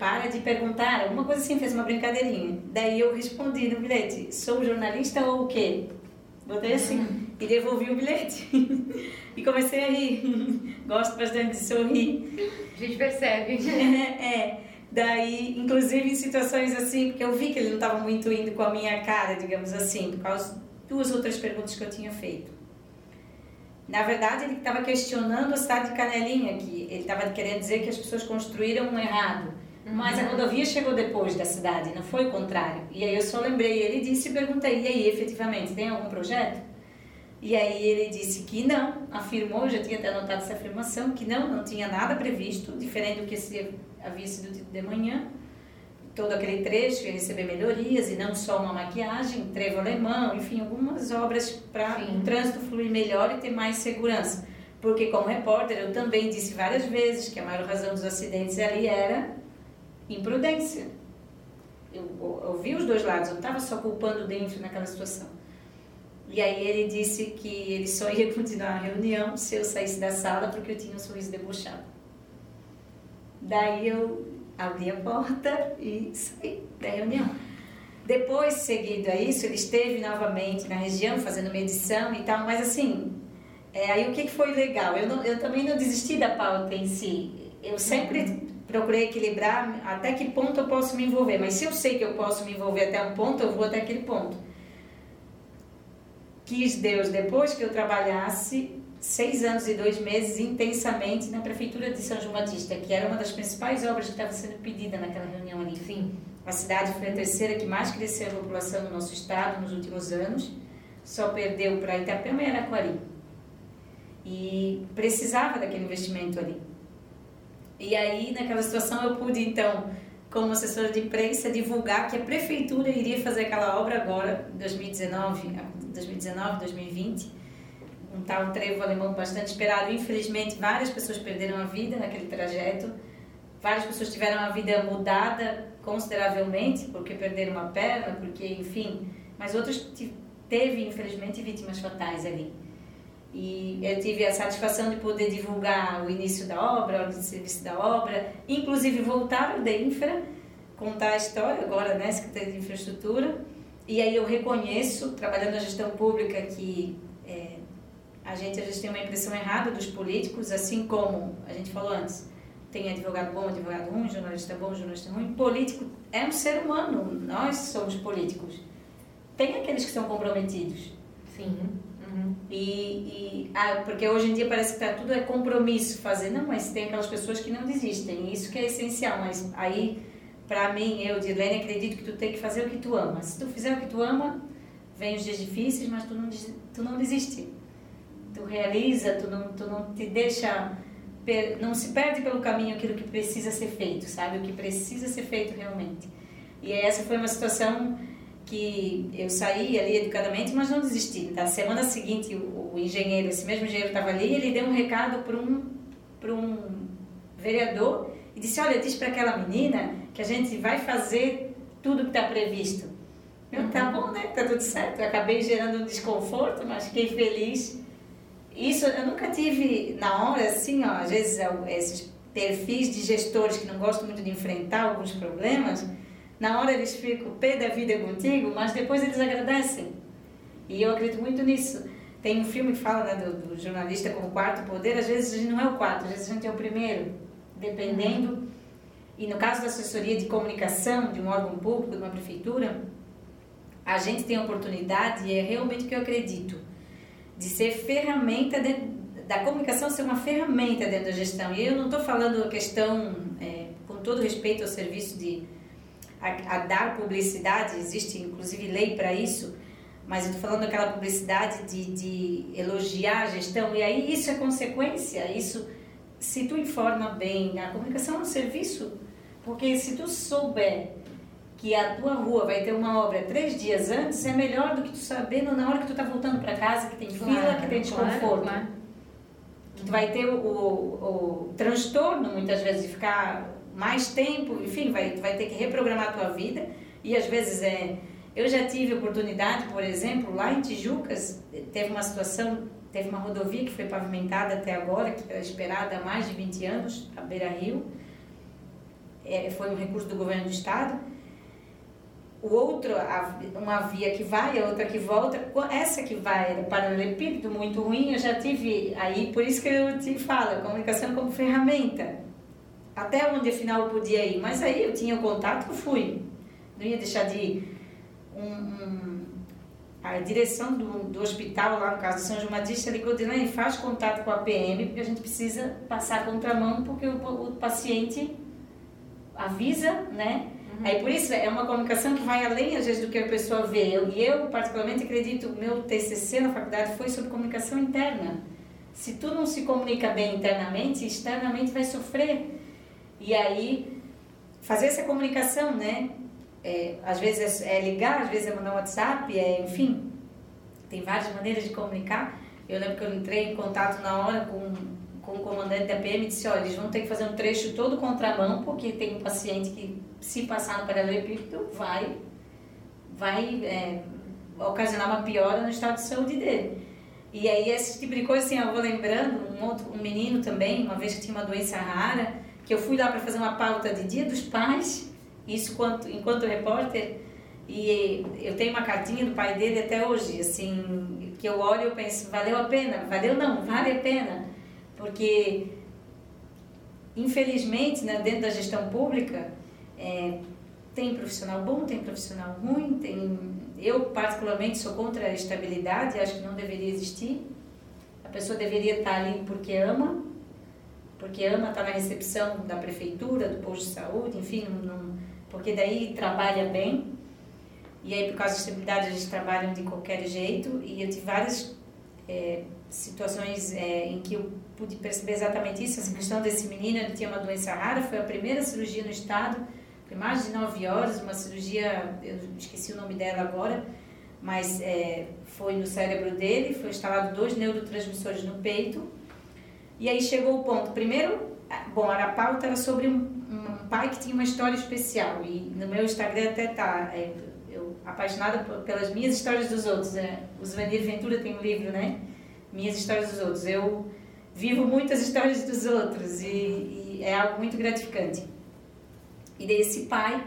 para de perguntar, alguma coisa assim, fez uma brincadeirinha. Daí eu respondi no bilhete, sou jornalista ou o quê? Botei assim, e devolvi o bilhete. E comecei a rir. Gosto bastante de sorrir. A gente percebe. Daí, inclusive em situações assim, porque eu vi que ele não estava muito indo com a minha cara, digamos assim, por causa de 2 outras perguntas que eu tinha feito. Na verdade, ele estava questionando a cidade de Canelinha, que ele estava querendo dizer que as pessoas construíram errado. Mas a rodovia chegou depois da cidade, não foi o contrário. E aí eu só lembrei, ele disse e perguntei, e aí, efetivamente, tem algum projeto? E aí ele disse que não, afirmou, já tinha até anotado essa afirmação, que não tinha nada previsto, diferente do que havia sido dito de manhã. Todo aquele trecho ia receber melhorias, e não só uma maquiagem, trevo alemão, enfim, algumas obras para o trânsito fluir melhor e ter mais segurança. Porque como repórter eu também disse várias vezes que a maior razão dos acidentes ali era imprudência. Eu vi os 2 lados, eu não estava só culpando o DENFRE naquela situação. E aí ele disse que ele só ia continuar a reunião se eu saísse da sala porque eu tinha um sorriso debochado. Daí eu abri a porta e saí da reunião. Depois, seguido a isso, ele esteve novamente na região fazendo medição e tal, mas assim, aí o que foi legal? Eu também não desisti da pauta em si. Eu sempre procurei equilibrar até que ponto eu posso me envolver, mas se eu sei que eu posso me envolver até um ponto, eu vou até aquele ponto. Quis Deus, depois que eu trabalhasse 6 anos e 2 meses intensamente na Prefeitura de São João Batista, que era uma das principais obras que estava sendo pedida naquela reunião ali. Sim. A cidade foi a 3ª que mais cresceu a população no nosso estado nos últimos anos, só perdeu para Itapema e Araquari. E precisava daquele investimento ali. E aí, naquela situação, eu pude, então, como assessora de imprensa, divulgar que a Prefeitura iria fazer aquela obra agora, 2019, 2020, um tal trevo alemão bastante esperado. Infelizmente, várias pessoas perderam a vida naquele trajeto, várias pessoas tiveram a vida mudada consideravelmente, porque perderam uma perna, porque, enfim, mas outros teve, infelizmente, vítimas fatais ali. E eu tive a satisfação de poder divulgar o início da obra, a ordem de serviço da obra, inclusive voltar ao DENFRA, contar a história agora, né, Secretaria de Infraestrutura. E aí eu reconheço, trabalhando na gestão pública, que a gente às vezes tem uma impressão errada dos políticos, assim como a gente falou antes, tem advogado bom, advogado ruim, jornalista bom, jornalista ruim. Político é um ser humano, nós somos políticos. Tem aqueles que são comprometidos. Sim. Porque hoje em dia parece que tudo é compromisso fazer. Não, mas tem aquelas pessoas que não desistem. Isso que é essencial. Mas aí, pra mim, eu, Dirlene, acredito que tu tem que fazer o que tu ama. Se tu fizer o que tu ama, vem os dias difíceis, mas tu não desiste. Tu realiza, tu não te deixa... Não se perde pelo caminho aquilo que precisa ser feito, sabe? O que precisa ser feito realmente. E essa foi uma situação que eu saí ali educadamente, mas não desisti. Na semana seguinte, o engenheiro, esse mesmo engenheiro estava ali, ele deu um recado para um vereador e disse, olha, diz para aquela menina que a gente vai fazer tudo que está previsto. Tá bom, né? Tá tudo certo. Eu acabei gerando um desconforto, mas fiquei feliz. Isso eu nunca tive na hora, assim, ó, às vezes esses perfis de gestores que não gostam muito de enfrentar alguns problemas, na hora eles ficam pé da vida contigo, mas depois eles agradecem. E eu acredito muito nisso. Tem um filme que fala, né, do jornalista como quarto poder, às vezes a gente não é o quarto, às vezes a gente é o primeiro, dependendo. E no caso da assessoria de comunicação de um órgão público, de uma prefeitura, a gente tem a oportunidade, e é realmente o que eu acredito, de ser ferramenta da comunicação, ser uma ferramenta dentro da gestão. E eu não estou falando a questão, com todo respeito ao serviço a dar publicidade, existe inclusive lei para isso, mas eu estou falando daquela publicidade de elogiar a gestão, e aí isso é consequência, isso, se tu informa bem, a comunicação é um serviço, porque se tu souber que a tua rua vai ter uma obra 3 dias antes, é melhor do que tu saber na hora que tu tá voltando para casa, que tem fila, que tem desconforto. Claro. Que tu vai ter o transtorno, muitas vezes, de ficar mais tempo, enfim, tu vai ter que reprogramar a tua vida, e às vezes eu já tive oportunidade, por exemplo, lá em Tijucas, teve uma rodovia que foi pavimentada até agora, que era esperada há mais de 20 anos, a Beira Rio, foi um recurso do governo do estado. O outro, uma via que vai, a outra que volta. Essa que vai era paralelepípedo, muito ruim, eu já tive aí, por isso que eu te falo, a comunicação como ferramenta. Até onde afinal eu podia ir, mas aí eu tinha o contato, eu fui. Não ia deixar de ir. A direção do hospital, lá no caso de São João Batista, ele continua, faz contato com a PM, porque a gente precisa passar a contramão, porque o paciente avisa, né? Aí por isso é uma comunicação que vai além às vezes do que a pessoa vê. Eu particularmente acredito, o meu TCC na faculdade foi sobre comunicação interna. Se tu não se comunica bem internamente, externamente vai sofrer. E aí fazer essa comunicação, né? Às vezes é ligar, às vezes é mandar um WhatsApp, enfim, tem várias maneiras de comunicar. Eu lembro que eu entrei em contato na hora com o comandante da PM e disse, olha, eles vão ter que fazer um trecho todo contramão, porque tem um paciente que, se passar no paralelepípedo, vai ocasionar uma piora no estado de saúde dele. E aí esse tipo de coisa, assim, eu vou lembrando, um menino também, uma vez que tinha uma doença rara, que eu fui lá para fazer uma pauta de Dia dos Pais, isso enquanto repórter, e eu tenho uma cartinha do pai dele até hoje, assim, que eu olho e eu penso, valeu a pena? Valeu não, vale a pena, porque infelizmente, né, dentro da gestão pública, tem profissional bom, tem profissional ruim, eu particularmente sou contra a estabilidade, acho que não deveria existir, a pessoa deveria estar ali porque ama estar na recepção da prefeitura, do posto de saúde, enfim, porque daí trabalha bem, e aí por causa da estabilidade eles trabalham de qualquer jeito, e eu tive várias situações em que eu pude perceber exatamente isso. Essa questão desse menino, ele tinha uma doença rara, foi a primeira cirurgia no estado, foi mais de 9 horas, uma cirurgia, eu esqueci o nome dela agora, mas foi no cérebro dele, foi instalado 2 neurotransmissores no peito, e aí chegou o ponto, primeiro, a pauta era sobre um pai que tinha uma história especial, e no meu Instagram até tá, eu apaixonada pelas minhas histórias dos outros, o Zuvenir Ventura tem um livro, né? Minhas histórias dos outros, eu vivo muitas histórias dos outros, e é algo muito gratificante. E daí esse pai,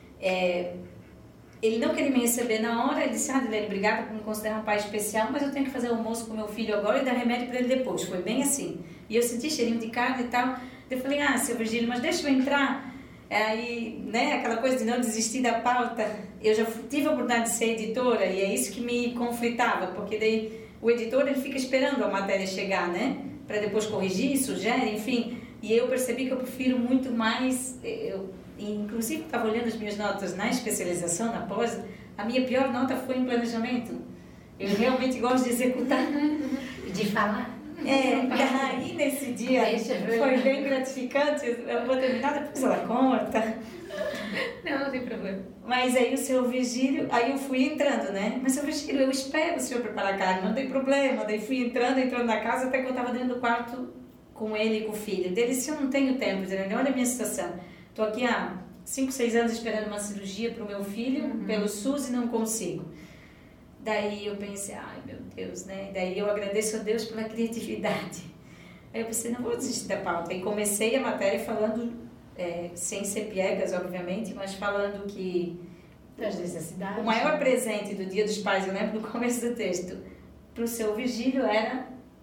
ele não queria me receber na hora, ele disse, Adilene, obrigada por me considerar um pai especial, mas eu tenho que fazer almoço com meu filho agora e dar remédio para ele depois, foi bem assim. E eu senti cheirinho de carne e tal, eu falei, seu Virgílio, mas deixa eu entrar. Aí, né, aquela coisa de não desistir da pauta, eu já tive a oportunidade de ser editora, e é isso que me conflitava, porque daí o editor, ele fica esperando a matéria chegar, né, para depois corrigir, sugere, enfim, e eu percebi que eu prefiro muito mais, inclusive estava olhando as minhas notas na especialização, na pós, a minha pior nota foi em planejamento. Eu realmente gosto de executar. De falar. Daí nesse dia foi bem gratificante. Eu vou terminar, depois ela conta. Não tem problema. Mas aí o seu Virgílio, aí eu fui entrando, né? Mas seu Virgílio, eu espero o senhor preparar a carne, não tem problema. Daí fui entrando na casa, até que eu estava dentro do quarto com ele e com o filho. Ele disse, eu não tenho tempo, dizendo, olha a minha situação. Estou aqui há 5, 6 anos esperando uma cirurgia para o meu filho, pelo SUS, e não consigo. Daí eu pensei, ai meu Deus, né? Daí eu agradeço a Deus pela criatividade. Aí eu pensei, não vou desistir da pauta. E comecei a matéria falando, sem ser piegas, obviamente, mas falando que das necessidades. O maior presente do Dia dos Pais, eu lembro do começo do texto, para o seu Virgílio era...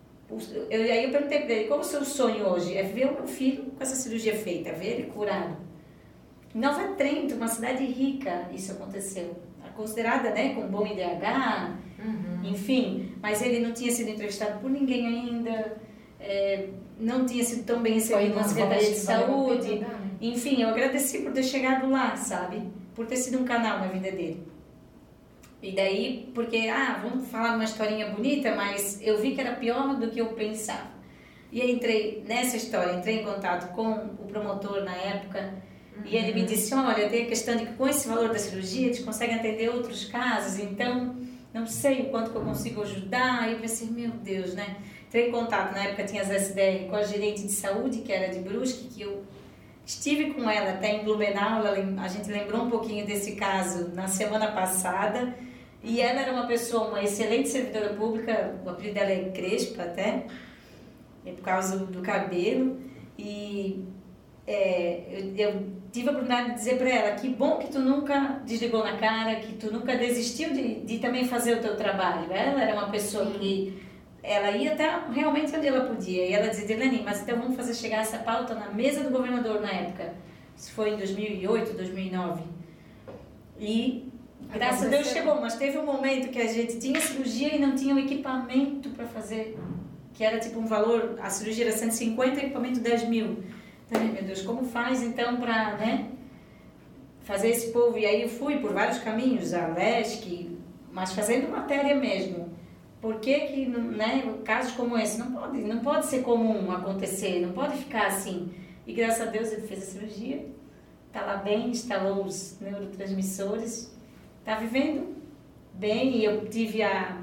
Aí eu perguntei para ele, qual o seu sonho hoje? É ver o meu filho com essa cirurgia feita, ver ele curado. Em Nova Trento, uma cidade rica, isso aconteceu. Considerada, né, com bom IDH, enfim, mas ele não tinha sido entrevistado por ninguém ainda, não tinha sido tão bem recebido na Secretaria de Saúde, enfim, eu agradeci por ter chegado lá, sabe, por ter sido um canal na vida dele. E daí, porque, vamos falar uma historinha bonita, mas eu vi que era pior do que eu pensava. E aí entrei nessa história, entrei em contato com o promotor na época, e ele me disse, olha, tem a questão de que com esse valor da cirurgia eles conseguem atender outros casos, então não sei o quanto que eu consigo ajudar. E eu pensei, meu Deus, né? Entrei em contato, na época tinha as SDR, com a gerente de saúde, que era de Brusque, que eu estive com ela até em Blumenau, a gente lembrou um pouquinho desse caso na semana passada, e ela era uma pessoa, uma excelente servidora pública, o apelido dela é Crespa até, por causa do cabelo, e eu tive a oportunidade de dizer para ela que bom que tu nunca desligou na cara, que tu nunca desistiu de também fazer o teu trabalho. Ela era uma pessoa que ela ia até realmente onde ela podia. E ela dizia, Dirlene, mas então vamos fazer chegar essa pauta na mesa do governador na época. Isso foi em 2008, 2009. E graças a Deus chegou, mas teve um momento que a gente tinha cirurgia e não tinha o equipamento para fazer, que era tipo um valor, a cirurgia era 150 e o equipamento 10 mil. Então, meu Deus, como faz então para, né, fazer esse povo? E aí eu fui por vários caminhos, a LESC, mas fazendo matéria mesmo. Por que, né, casos como esse não pode ser comum acontecer, não pode ficar assim. E graças a Deus ele fez a cirurgia, está lá bem, instalou os neurotransmissores, está vivendo bem. E eu tive a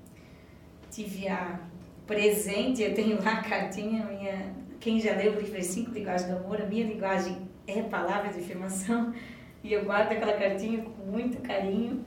presente, eu tenho lá a cartinha, quem já leu o livro 5 Linguagens do Amor, a minha linguagem é palavras de afirmação, e eu guardo aquela cartinha com muito carinho.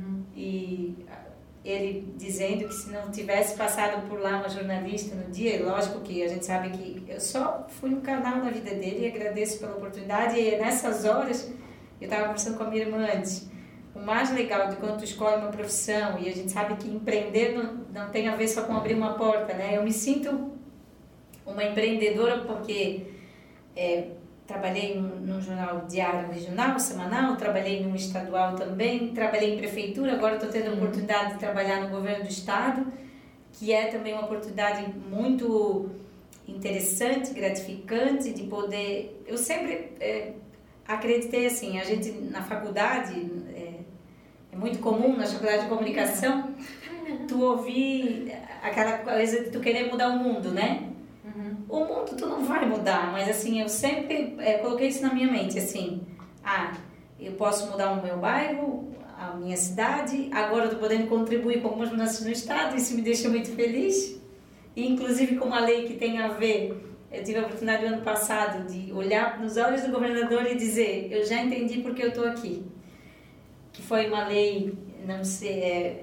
E ele dizendo que se não tivesse passado por lá uma jornalista no dia, e lógico que a gente sabe que eu só fui um canal na vida dele e agradeço pela oportunidade. E nessas horas, eu estava conversando com a minha irmã antes, o mais legal de quando tu escolhe uma profissão, e a gente sabe que empreender não tem a ver só com abrir uma porta, né? Eu me sinto uma empreendedora porque trabalhei num jornal diário regional, semanal, trabalhei num estadual também, trabalhei em prefeitura, agora estou tendo a oportunidade de trabalhar no governo do estado, que é também uma oportunidade muito interessante, gratificante de poder... Eu sempre acreditei assim, a gente na faculdade, é muito comum na faculdade de comunicação, tu ouvir aquela coisa de tu querer mudar o mundo, né? O mundo tu não vai mudar, mas assim, eu sempre coloquei isso na minha mente, assim, eu posso mudar o meu bairro, a minha cidade, agora eu estou podendo contribuir com algumas mudanças no estado, isso me deixa muito feliz, e inclusive com uma lei que tem a ver, eu tive a oportunidade no ano passado de olhar nos olhos do governador e dizer, eu já entendi porque eu estou aqui, que foi uma lei, não sei,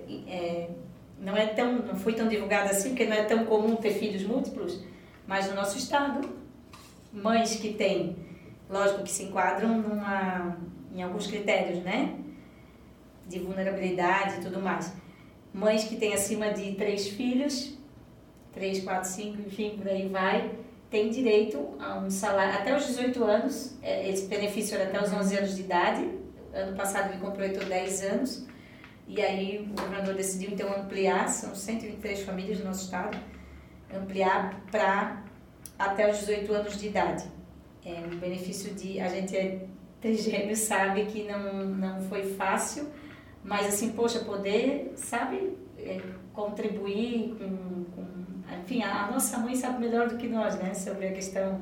não foi tão divulgada assim, porque não é tão comum ter filhos múltiplos, mas no nosso estado, mães que têm, lógico que se enquadram em alguns critérios, né? De vulnerabilidade e tudo mais. Mães que têm acima de 3 filhos, 3, 4, 5, enfim, por aí vai, têm direito a um salário até os 18 anos, esse benefício era até os 11 anos de idade, ano passado ele completou 10 anos, e aí o governador decidiu então ampliar, são 123 famílias no nosso estado, ampliar para até os 18 anos de idade. É um benefício a gente trigêmeo sabe que não foi fácil, mas assim, poxa, poder, sabe, contribuir enfim, a nossa mãe sabe melhor do que nós, né, sobre a questão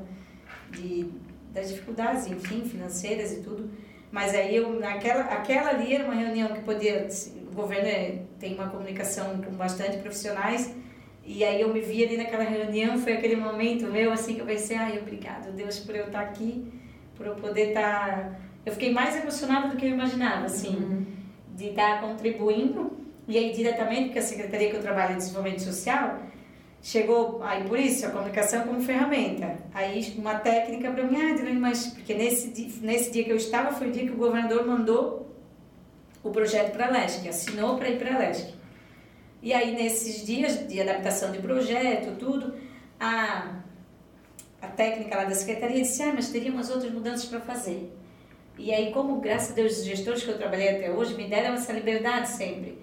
das dificuldades, enfim, financeiras e tudo, mas aí aquela ali era uma reunião que podia, o governo tem uma comunicação com bastante profissionais. E aí eu me vi ali naquela reunião, foi aquele momento meu, assim, que eu pensei, obrigado, Deus, por eu estar aqui, por eu poder estar... Eu fiquei mais emocionada do que eu imaginava, assim, de estar contribuindo. E aí, diretamente, porque a Secretaria que eu trabalho de Desenvolvimento Social, chegou, aí por isso, a comunicação como ferramenta. Aí uma técnica para mim, mas... Porque nesse dia que eu estava, foi o dia que o governador mandou o projeto para a LESC, assinou para ir para a LESC. E aí, nesses dias de adaptação de projeto, tudo, a técnica lá da secretaria disse, mas teríamos outras mudanças para fazer. E aí, como, graças a Deus, os gestores que eu trabalhei até hoje me deram essa liberdade sempre,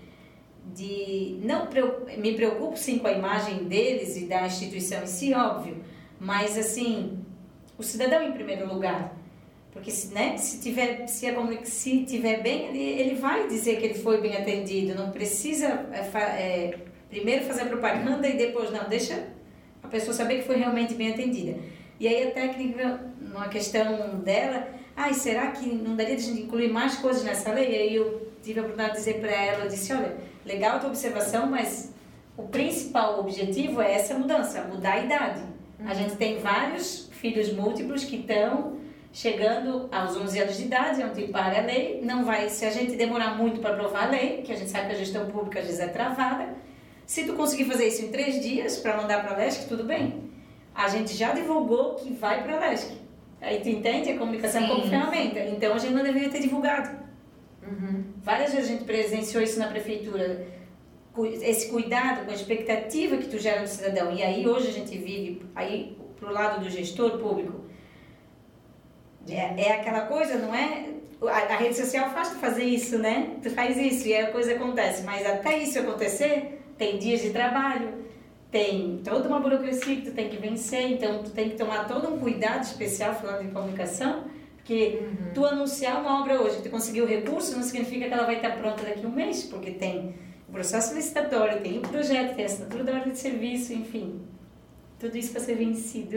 me preocupo sim com a imagem deles e da instituição em si, óbvio, mas assim, o cidadão em primeiro lugar. Porque se tiver bem, ele vai dizer que ele foi bem atendido. Não precisa primeiro fazer propaganda e depois não. Deixa a pessoa saber que foi realmente bem atendida. E aí a técnica, numa questão dela, será que não daria de a gente incluir mais coisas nessa lei? E aí eu tive a oportunidade de dizer para ela, eu disse, olha, legal a tua observação, mas o principal objetivo é essa mudança, mudar a idade. A gente tem vários filhos múltiplos que estão chegando aos 11 anos de idade, onde para a lei, não vai, se a gente demorar muito para aprovar a lei, que a gente sabe que a gestão pública às vezes é travada, se tu conseguir fazer isso em 3 dias para mandar para a LESC, tudo bem. A gente já divulgou que vai para a LESC. Aí tu entende a comunicação como ferramenta. Então a gente não deveria ter divulgado. Várias vezes a gente presenciou isso na prefeitura. Esse cuidado com a expectativa que tu gera no cidadão. E aí hoje a gente vive aí pro lado do gestor público. É aquela coisa, não é? A rede social faz tu fazer isso, né? Tu faz isso e a coisa acontece. Mas até isso acontecer, tem dias de trabalho, tem toda uma burocracia que tu tem que vencer. Então tu tem que tomar todo um cuidado especial falando de comunicação. Porque tu anunciar uma obra hoje, que tu conseguiu o recurso, não significa que ela vai estar pronta daqui a um mês. Porque tem o processo licitatório, tem o projeto, tem a assinatura da ordem de serviço, enfim. Tudo isso para ser vencido.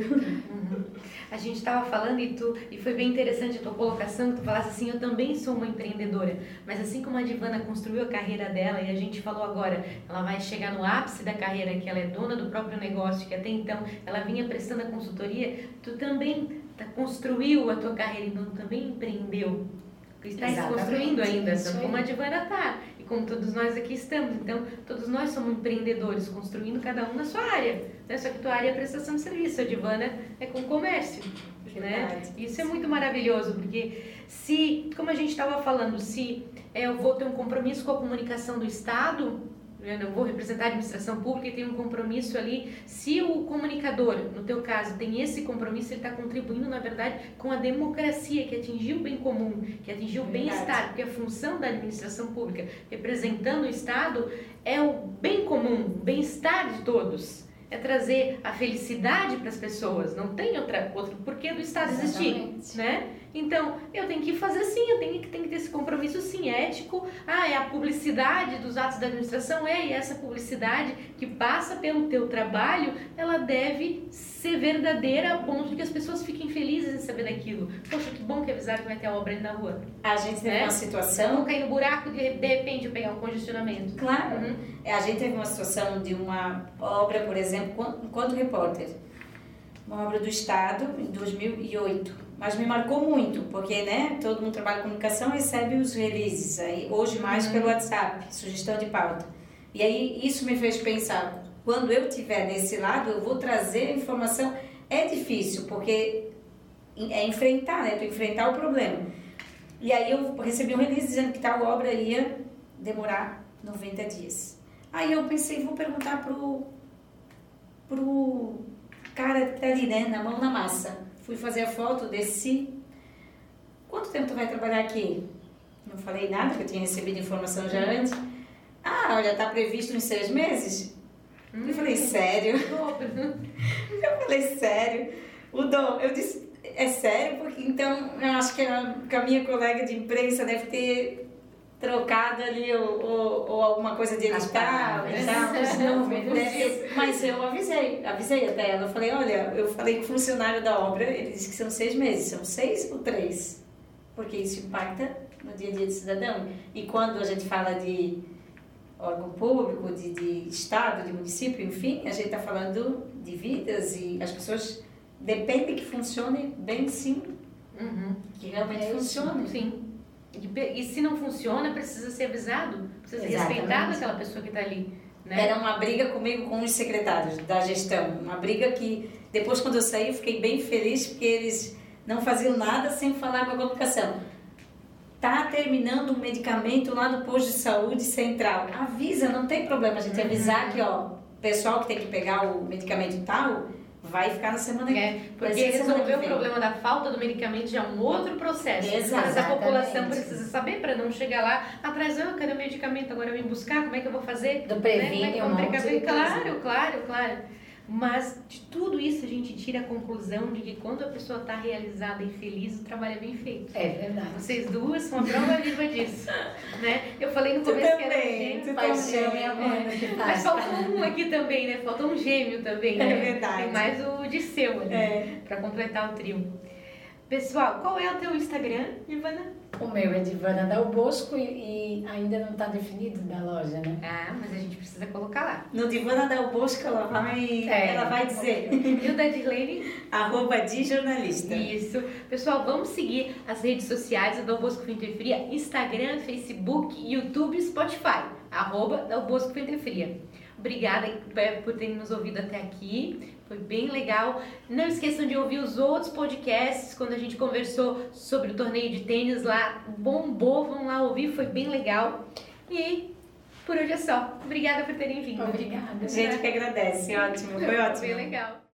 A gente estava falando e foi bem interessante a tua colocação, que tu falasse assim, eu também sou uma empreendedora, mas assim como a Divana construiu a carreira dela e a gente falou agora, ela vai chegar no ápice da carreira, que ela é dona do próprio negócio, que até então ela vinha prestando a consultoria, tu também construiu a tua carreira, então tu também empreendeu. Tu estás construindo ainda, como a Divana está. Como todos nós aqui estamos. Então, todos nós somos empreendedores, construindo cada um na sua área. Né? Só que tua área é prestação de serviço, a Divana é com comércio. Né? Isso é muito maravilhoso, porque como a gente estava falando, se eu vou ter um compromisso com a comunicação do Estado, eu vou representar a administração pública e tenho um compromisso ali, se o comunicador, no teu caso, tem esse compromisso, ele está contribuindo, na verdade, com a democracia, que atingiu o bem comum, que atingiu o bem-estar, porque a função da administração pública, representando o Estado, é o bem comum, o bem-estar de todos. É trazer a felicidade para as pessoas, não tem outro porquê do Estado existir, né? Então, eu tenho que fazer sim, eu tenho que ter esse compromisso sim, ético. É a publicidade dos atos da administração, e essa publicidade que passa pelo teu trabalho, ela deve ser verdadeira a ponto de que as pessoas fiquem felizes em saber daquilo. Poxa, que bom que avisaram que vai ter a obra ali na rua. A gente teve uma situação... Não cair no buraco de repente eu pegar um congestionamento. Claro. A gente teve uma situação de uma obra, por exemplo, enquanto repórter. Uma obra do Estado, em 2008. Mas me marcou muito, porque, né, todo mundo trabalha com comunicação, recebe os releases, aí, hoje mais pelo WhatsApp, sugestão de pauta. E aí isso me fez pensar, quando eu estiver desse lado, eu vou trazer a informação. É difícil, porque é enfrentar, né, tu enfrentar o problema. E aí eu recebi um release dizendo que tal obra ia demorar 90 dias. Aí eu pensei, vou perguntar pro cara que tá ali, né, na mão na massa. Fui fazer a foto, desci. Quanto tempo tu vai trabalhar aqui? Não falei nada, porque eu tinha recebido informação já antes. Olha, tá previsto em 6 meses? Eu falei, sério? Eu falei, sério? Eu disse, é sério? Porque então, eu acho que a minha colega de imprensa deve ter trocado ali ou alguma coisa de edital e tal. Mas eu avisei até ela. Eu falei, olha, eu falei com o funcionário da obra, ele disse que são 6 meses. São 6 ou 3? Porque isso impacta no dia a dia do cidadão. E quando a gente fala de órgão público, de estado, de município, enfim, a gente está falando de vidas e as pessoas dependem que funcione bem sim. Que realmente funcione. Sim. E se não funciona, precisa ser avisado, precisa ser respeitado aquela pessoa que está ali. Né? Era uma briga comigo com os secretários da gestão. Uma briga que, depois quando eu saí, eu fiquei bem feliz, porque eles não faziam nada sem falar com a comunicação. Tá terminando um medicamento lá no posto de saúde central. Avisa, não tem problema a gente avisar que, o pessoal que tem que pegar o medicamento tal... vai ficar na semana que vem. Porque resolver o problema da falta do medicamento já é um outro processo. Exatamente. Mas a população precisa saber para não chegar lá atrás, cadê o medicamento? Agora eu vim buscar, como é que eu vou fazer? Do previne, Claro. Mas de tudo isso a gente tira a conclusão de que quando a pessoa está realizada e feliz, o trabalho é bem feito. É verdade. Vocês duas são a prova viva disso. Né? Eu falei no começo que era um gêmeo, paixão e amor. Mas faltou um aqui também, né? Faltou um gêmeo também, né? É verdade. Tem mais o de seu ali, para completar o trio. Pessoal, qual é o teu Instagram, Ivana? O meu é Divana Dal Bosco e ainda não está definido da loja, né? Mas a gente precisa colocar lá. No Divana Dal Bosco ela vai dizer. E o da Dirlene? @dijornalista. Isso. Pessoal, vamos seguir as redes sociais da Dal Bosco Fé e Fria, Instagram, Facebook, YouTube e Spotify. @Dal Bosco Fé e Fria. Obrigada por terem nos ouvido até aqui. Foi bem legal. Não esqueçam de ouvir os outros podcasts. Quando a gente conversou sobre o torneio de tênis lá, bombou. Vão lá ouvir, foi bem legal. E por hoje é só. Obrigada por terem vindo. Obrigada. A gente que agradece. Ótimo, foi ótimo. Bem legal.